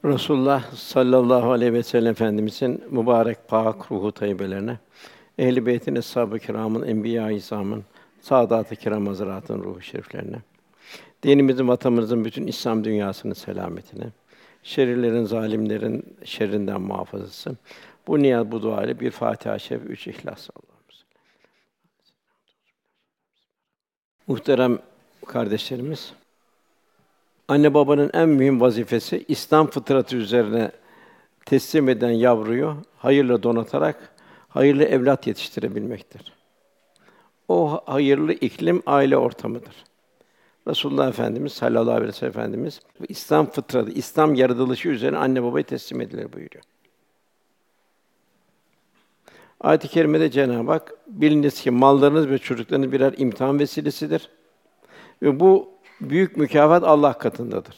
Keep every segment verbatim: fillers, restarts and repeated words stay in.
Resulullah sallallahu aleyhi ve sellem Efendimizin mübarek pak ruhu tayyibelerine, ehl-i beytin, eshab-ı kiramın, enbiya-i izamın, saadat-ı kiram hazretlerinin ruhu şeriflerine, dinimizin, vatanımızın bütün İslam dünyasının selametine, şerirlerin, zalimlerin şerrinden muhafazası. Bu niyaz, bu dua ile bir Fatiha-i Şerif, üç İhlas. Muhterem kardeşlerimiz, anne babanın en mühim vazifesi İslam fıtratı üzerine teslim eden yavruyu hayırla donatarak hayırlı evlat yetiştirebilmektir. O hayırlı iklim aile ortamıdır. Resulullah Efendimiz sallallahu aleyhi ve sellem Efendimiz İslam fıtratı, İslam yaratılışı üzerine anne babaya teslim edilir buyuruyor. Ayet-i kerimede Cenab-ı Hak, biliniz ki mallarınız ve çocuklarınız birer imtihan vesilesidir ve bu büyük mükafat Allah katındadır.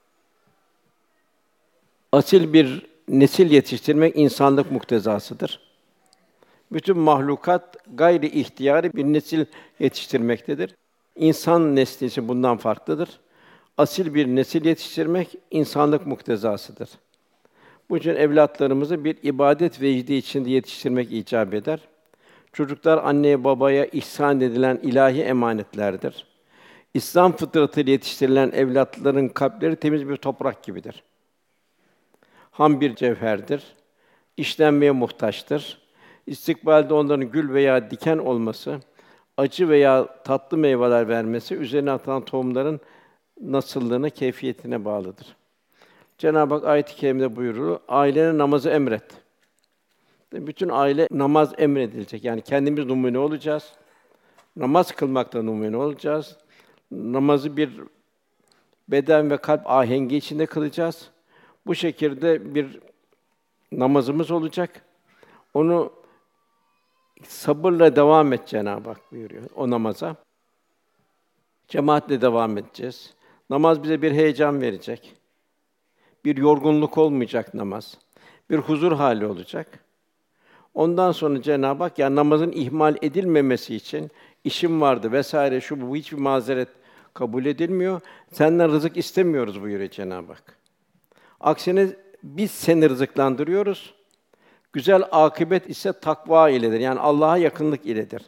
Asil bir nesil yetiştirmek insanlık muktezasıdır. Bütün mahlukat gayri ihtiyari bir nesil yetiştirmektedir. İnsan nesli ise bundan farklıdır. Asil bir nesil yetiştirmek insanlık muktezasıdır. Bu için evlatlarımızı bir ibadet vecdi içinde yetiştirmek icap eder. Çocuklar anneye babaya ihsan edilen ilahi emanetlerdir. İslam fıtratıyla yetiştirilen evlatların kalpleri temiz bir toprak gibidir. Ham bir cevherdir. İşlenmeye muhtaçtır. İstikbalde onların gül veya diken olması, acı veya tatlı meyveler vermesi, üzerine atılan tohumların nasıllığına, keyfiyetine bağlıdır. Cenab-ı Hak ayet-i kerimede buyuruyor, ailene namazı emret. Bütün aile namaz emredilecek. Yani kendimiz numune olacağız. Namaz kılmakta numune olacağız. Namazı bir beden ve kalp ahengi içinde kılacağız. Bu şekilde bir namazımız olacak. Onu sabırla devam et Cenab-ı Hak buyuruyor o namaza. Cemaatle devam edeceğiz. Namaz bize bir heyecan verecek. Bir yorgunluk olmayacak namaz. Bir huzur hali olacak. Ondan sonra Cenab-ı Hak ya namazın ihmal edilmemesi için işim vardı vesaire şu bu hiçbir mazeret kabul edilmiyor. Senden rızık istemiyoruz buyuruyor Cenab-ı Hak. Aksine biz seni rızıklandırıyoruz. Güzel akıbet ise takva iledir. Yani Allah'a yakınlık iledir.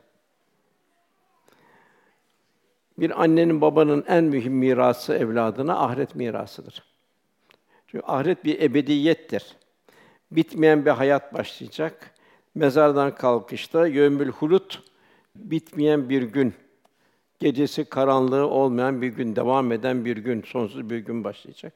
Bir annenin babanın en mühim mirası evladına ahiret mirasıdır. Çünkü ahiret bir ebediyettir. Bitmeyen bir hayat başlayacak. Mezardan kalkışta yevmül hulut, bitmeyen bir gün. Gecesi karanlığı olmayan bir gün, devam eden bir gün, sonsuz bir gün başlayacak.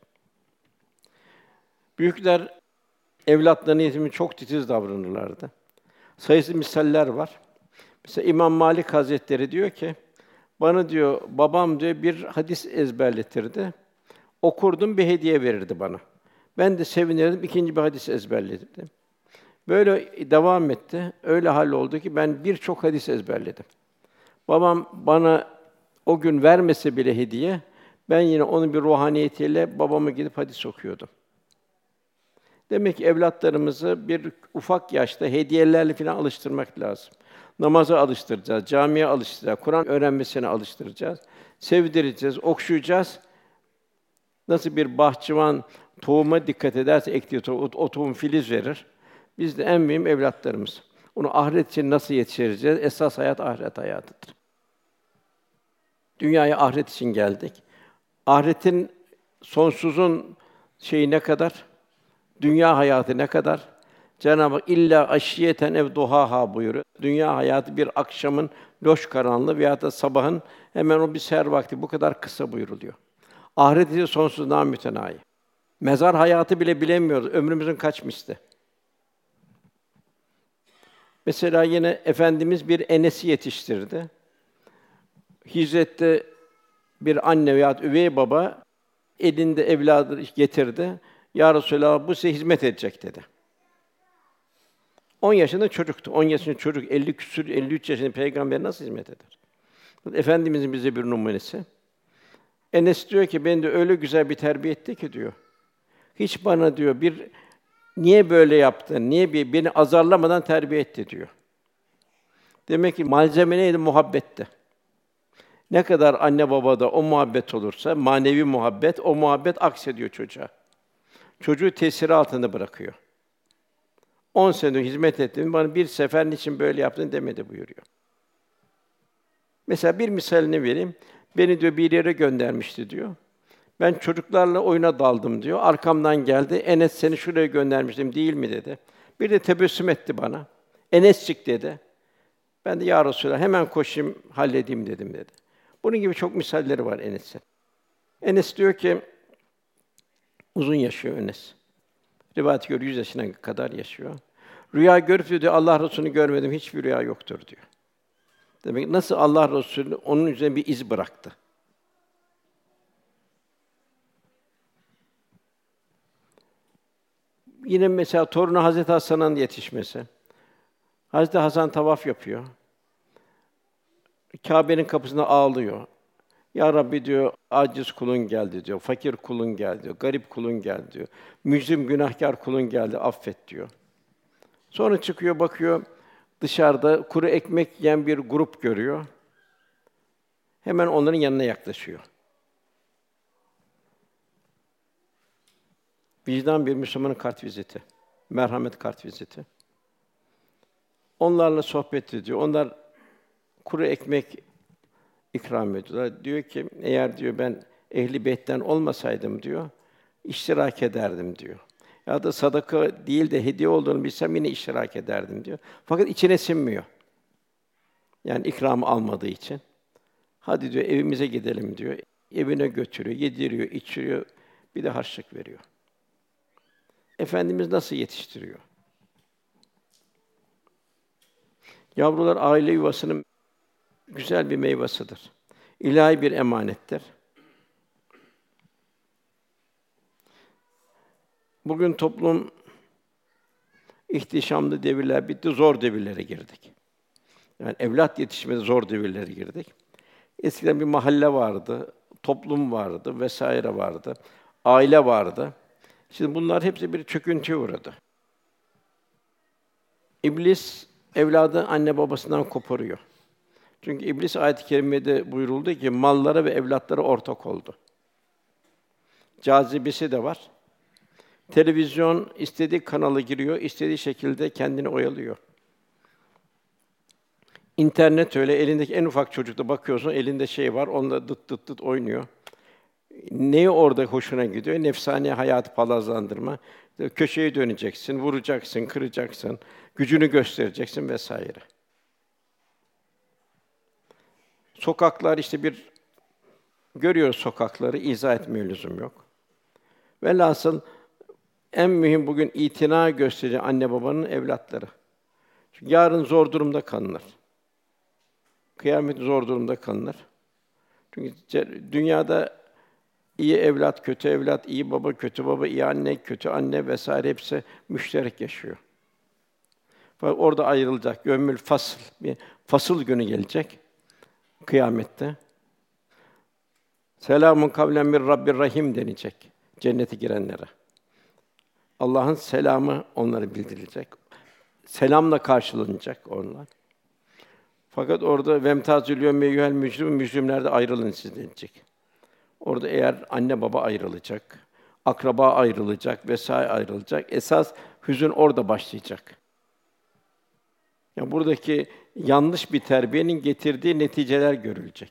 Büyükler evlatlarına yetimi çok titiz davranırlardı. Sayısız misaller var. Mesela İmam Malik Hazretleri diyor ki, bana diyor babam diyor bir hadis ezberletirdi. Okurdum bir hediye verirdi bana. Ben de sevinirdim, ikinci bir hadis ezberletirdim. Böyle devam etti. Öyle hal oldu ki ben birçok hadis ezberledim. Babam bana o gün vermese bile hediye, ben yine onun bir ruhaniyetiyle babama gidip hadis okuyordum. Demek ki evlatlarımızı bir ufak yaşta hediyelerle filan alıştırmak lazım. Namaza alıştıracağız, camiye alıştıracağız, Kur'an öğrenmesine alıştıracağız, sevdireceğiz, okşayacağız. Nasıl bir bahçıvan tohuma dikkat ederse ektiği tohum, o tohum filiz verir. Biz de en mühim evlatlarımız. Onu ahiret için nasıl yetiştireceğiz? Esas hayat ahiret hayatıdır. Dünyaya ahiret için geldik. Ahiretin sonsuzun şeyi ne kadar? Dünya hayatı ne kadar? Cenab-ı Hak illa aşiyeten ev duhaha buyuruyor. Dünya hayatı bir akşamın loş karanlığı veya da sabahın hemen o bir seher vakti bu kadar kısa buyuruluyor. Ahiret ise sonsuzluğa mütenayi. Mezar hayatı bile bilemiyoruz. Ömrümüzün kaç misli. Mesela yine Efendimiz bir Enes'i yetiştirdi. Hicrette bir anne veya üvey baba elinde evladı getirdi. Ya Resulallah bu size hizmet edecek dedi. on yaşında çocuktu. on yaşında çocuk elli küsur elli üç yaşında peygamber nasıl hizmet eder? Efendimizin bize bir numunesi. Enes diyor ki beni de öyle güzel bir terbiye etti ki diyor. Hiç bana diyor bir niye böyle yaptın? Niye bir beni azarlamadan terbiye etti diyor. Demek ki malzeme neydi? Muhabbetti. Ne kadar anne babada o muhabbet olursa, manevi muhabbet, o muhabbet aksediyor çocuğa. çocuğu tesiri altında bırakıyor. On sene hizmet ettim, bana bir sefer niçin böyle yaptın demedi buyuruyor. Mesela bir misalini vereyim. Beni diyor bir yere göndermişti diyor. Ben çocuklarla oyuna daldım diyor. Arkamdan geldi. Enes seni şuraya göndermiştim değil mi dedi. Bir de tebessüm etti bana. Enescik dedi. Ben de ya Resulallah hemen koşayım halledeyim dedim dedi. Bunun gibi çok misalleri var Enes'in. Enes diyor ki uzun yaşıyor Enes. Rivayet göre yüz yaşına kadar yaşıyor. Rüya görüp de diyor Allah Resulü'nü görmedim, hiçbir rüya yoktur diyor. Demek ki nasıl Allah Resulü onun üzerine bir iz bıraktı. Yine mesela torunu Hazreti Hasan'ın yetişmesi. Hazreti Hasan tavaf yapıyor. Kâbe'nin kapısında ağlıyor. Ya Rabbi diyor, aciz kulun geldi diyor, fakir kulun geldi diyor, garip kulun geldi diyor. Mücrim günahkar kulun geldi, affet diyor. Sonra çıkıyor bakıyor, dışarıda kuru ekmek yiyen bir grup görüyor. Hemen onların yanına yaklaşıyor. Vicdan bir Müslümanın kartviziti, merhamet kartviziti. Onlarla sohbet ediyor. Onlar kuru ekmek ikram ediyorlar. Diyor ki, eğer diyor ben Ehl-i Beyt'ten olmasaydım diyor, iştirak ederdim diyor. Ya da sadaka değil de hediye olduğunu bilsem yine iştirak ederdim diyor. Fakat içine sinmiyor. Yani ikramı almadığı için. Hadi diyor evimize gidelim diyor. Evine götürüyor, yediriyor, içiriyor, bir de harçlık veriyor. Efendimiz nasıl yetiştiriyor? Yavrular aile yuvasının güzel bir meyvasıdır. İlahi bir emanettir. Bugün toplum ihtişamlı devirler bitti, zor devirlere girdik. Yani evlat yetişmede zor devirlere girdik. Eskiden bir mahalle vardı, toplum vardı vesaire vardı, aile vardı. Şimdi bunlar hepsi bir çöküntüye uğradı. İblis evladı anne babasından koparıyor. Çünkü iblis ayet-i kerimede buyuruldu ki mallara ve evlatlara ortak oldu. Cazibesi de var. Televizyon istediği kanalı giriyor, istediği şekilde kendini oyalıyor. İnternet öyle, elindeki en ufak çocukta bakıyorsun, elinde şey var, onunla dıt dıt dıt oynuyor. Neyi orada hoşuna gidiyor? Nefsani hayatı palazlandırma. Köşeye döneceksin, vuracaksın, kıracaksın, gücünü göstereceksin vesaire. Sokaklar işte bir görüyoruz sokakları, izah etmeye lüzum yok. Velhasıl en mühim bugün itina gösterici anne babanın evlatları. Çünkü yarın zor durumda kalınır. Kıyamet zor durumda kalınır. Çünkü dünyada iyi evlat, kötü evlat, iyi baba, kötü baba, iyi anne, kötü anne vesaire hepsi müşterek yaşıyor. Fakat orada ayrılacak, gömül fasıl, bir fasıl günü gelecek kıyamette. Selamun kavlen min Rabbir Rahim denilecek cennete girenlere. Allah'ın selamı onlara bildirilecek. Selamla karşılanacak onlar. Fakat orada vemtazül yevme eyyuhel mücrim mücrimler de ayrılın siz denilecek. Orada eğer anne baba ayrılacak, akraba ayrılacak vesaire ayrılacak. Esas hüzün orada başlayacak. Yani buradaki yanlış bir terbiyenin getirdiği neticeler görülecek.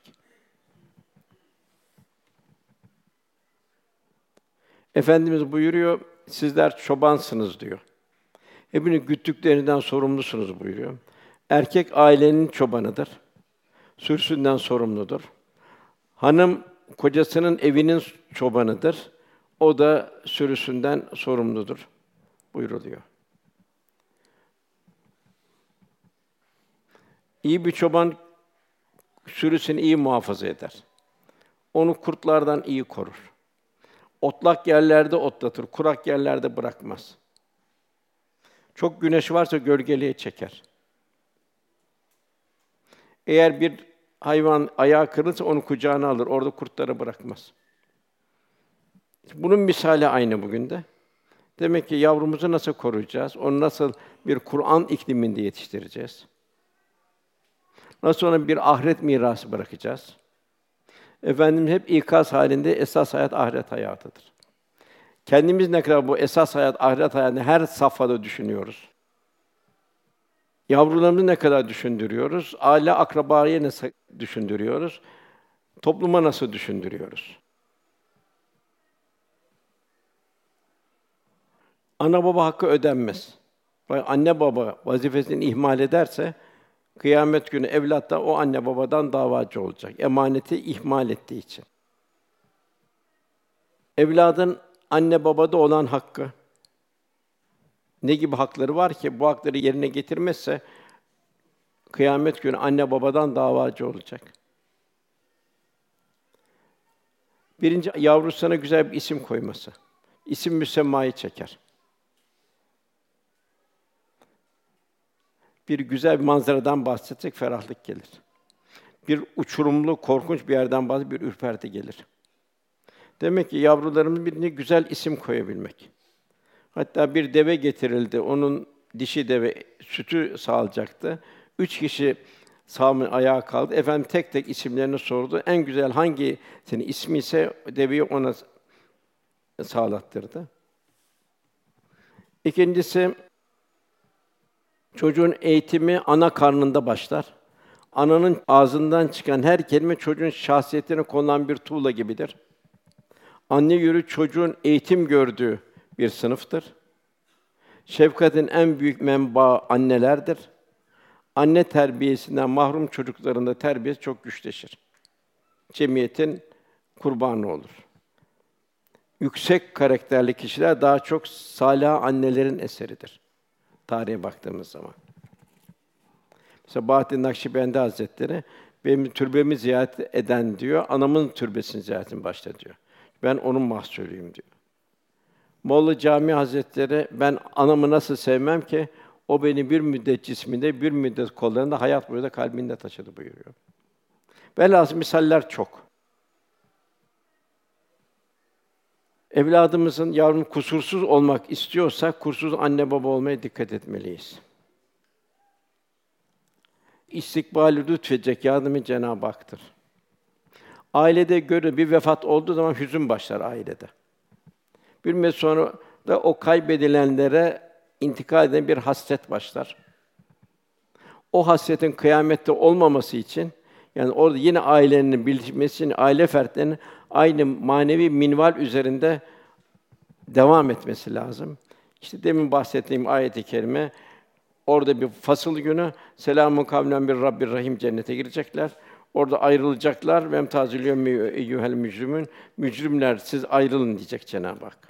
Efendimiz buyuruyor, sizler çobansınız diyor. Hepiniz güttüklerinden sorumlusunuz buyuruyor. Erkek ailenin çobanıdır. Sürüsünden sorumludur. Hanım kocasının evinin çobanıdır. O da sürüsünden sorumludur buyuruluyor. İyi bir çoban sürüsünü iyi muhafaza eder. Onu kurtlardan iyi korur. Otlak yerlerde otlatır, kurak yerlerde bırakmaz. Çok güneş varsa gölgeliğe çeker. Eğer bir hayvan ayağı kırılırsa onu kucağına alır, orada kurtları bırakmaz. Bunun misali aynı bugün de. Demek ki yavrumuzu nasıl koruyacağız? Onu nasıl bir Kur'an ikliminde yetiştireceğiz? Nasıl ona bir ahiret mirası bırakacağız? Efendimiz hep ikaz halinde esas hayat ahiret hayatıdır. Kendimiz ne kadar bu esas hayat, ahiret hayatını her safhada düşünüyoruz. Yavrularımızı ne kadar düşündürüyoruz? Aile, akrabayı nasıl düşündürüyoruz? Topluma nasıl düşündürüyoruz? Ana baba hakkı ödenmez. Ve anne baba vazifesini ihmal ederse kıyamet günü evlat da o anne babadan davacı olacak. Emaneti ihmal ettiği için. Evladın anne babada olan hakkı ne gibi hakları var ki bu hakları yerine getirmezse kıyamet günü anne babadan davacı olacak. Birinci, yavrusuna güzel bir isim koyması. İsim müsemmayı çeker. Bir güzel bir manzaradan bahsedecek, ferahlık gelir. Bir uçurumlu, korkunç bir yerden bahsedecek, bir ürperti gelir. Demek ki yavrularımız birine güzel isim koyabilmek. Hatta bir deve getirildi, onun dişi deve sütü sağlayacaktı. Üç kişi sağımın ayağa kaldı. Efendim tek tek isimlerini sordu. En güzel hangisinin ismi ise deveyi ona sağlattırdı. İkincisi, çocuğun eğitimi ana karnında başlar. Ananın ağzından çıkan her kelime çocuğun şahsiyetine konulan bir tuğla gibidir. Anne yürü çocuğun eğitim gördüğü bir sınıftır. Şefkatin en büyük menbaı annelerdir. Anne terbiyesinden mahrum çocukların da terbiyesi çok güçleşir. Cemiyetin kurbanı olur. Yüksek karakterli kişiler daha çok sâlih annelerin eseridir. Tarihe baktığımız zaman. Mesela Bahattin Nakşibendi Hazretleri benim türbemi ziyaret eden diyor, anamın türbesini ziyaretin başla diyor. Ben onun mahsulüyüm diyor. Molla Cami Hazretleri ben anamı nasıl sevmem ki o beni bir müddet cisminde, bir müddet kollarında, hayat boyu da kalbinde taşıdı buyuruyor. Velhâsıl misaller çok. Evladımızın, yavrum kusursuz olmak istiyorsak kusursuz anne baba olmaya dikkat etmeliyiz. İstikbâlü lütfedecek yardımı Cenab-ı Hak'tır. Ailede göre bir vefat olduğu zaman hüzün başlar ailede. Bir müddet sonra da o kaybedilenlere intikal eden bir hasret başlar. O hasretin kıyamette olmaması için, yani orada yine ailenin bilmesi için aile fertlerinin aynı manevi minval üzerinde devam etmesi lazım. İşte demin bahsettiğim ayet-i kerime, orada bir fasıl günü selamun kavlen bir Rabbir Rahim cennete girecekler. Orada ayrılacaklar ve emtazil yevme eyyuhel mücrimün, mücrimler siz ayrılın diyecek Cenab-ı Hak.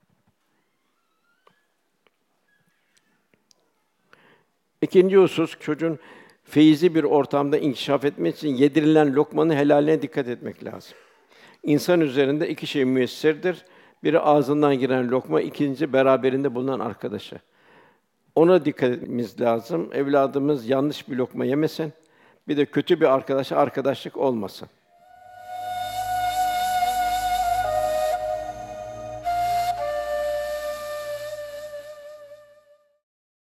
İkinci husus, çocuğun feyizli bir ortamda inkişaf etmesi için yedirilen lokmanın helaline dikkat etmek lazım. İnsan üzerinde iki şey müyesserdir. Biri ağzından giren lokma, ikincisi beraberinde bulunan arkadaşı. Ona dikkat etmemiz lazım. Evladımız yanlış bir lokma yemesin. Bir de kötü bir arkadaşa arkadaşlık olmasın.